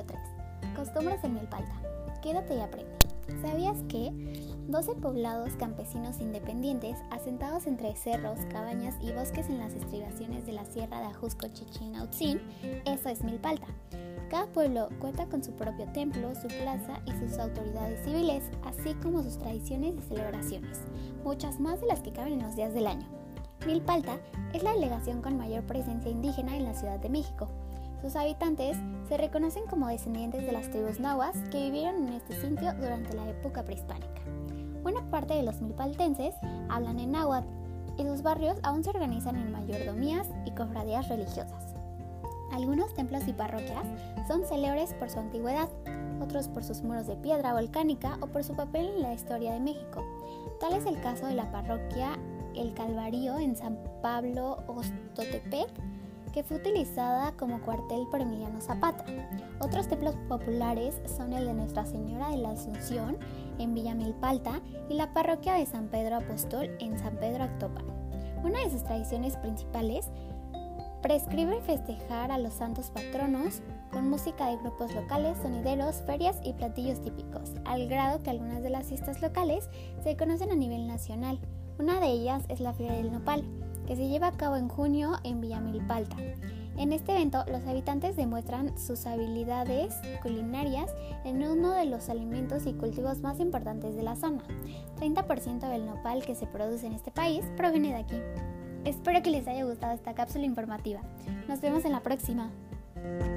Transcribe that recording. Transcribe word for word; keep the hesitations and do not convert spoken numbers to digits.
tres. Costumbres en Milpalta. Quédate y aprende. ¿Sabías que doce poblados campesinos independientes asentados entre cerros, cabañas y bosques en las estribaciones de la sierra de Ajusco Chichinautzin, eso es Milpalta? Cada pueblo cuenta con su propio templo, su plaza y sus autoridades civiles, así como sus tradiciones y celebraciones, muchas más de las que caben en los días del año. Milpalta es la delegación con mayor presencia indígena en la Ciudad de México. Sus habitantes se reconocen como descendientes de las tribus nahuas que vivieron en este sitio durante la época prehispánica. Buena parte de los milpaltenses hablan en náhuatl y sus barrios aún se organizan en mayordomías y cofradías religiosas. Algunos templos y parroquias son célebres por su antigüedad, otros por sus muros de piedra volcánica o por su papel en la historia de México. Tal es el caso de la parroquia El Calvario en San Pablo Oxtotepec, que fue utilizada como cuartel por Emiliano Zapata. Otros templos populares son el de Nuestra Señora de la Asunción en Villa Milpalta y la parroquia de San Pedro Apóstol en San Pedro Actopan. Una de sus tradiciones principales prescribe festejar a los santos patronos con música de grupos locales, sonideros, ferias y platillos típicos, al grado que algunas de las fiestas locales se conocen a nivel nacional. Una de ellas es la Feria del Nopal, que se lleva a cabo en junio en Villa Milpalta. En este evento, los habitantes demuestran sus habilidades culinarias en uno de los alimentos y cultivos más importantes de la zona. treinta por ciento del nopal que se produce en este país proviene de aquí. Espero que les haya gustado esta cápsula informativa. Nos vemos en la próxima.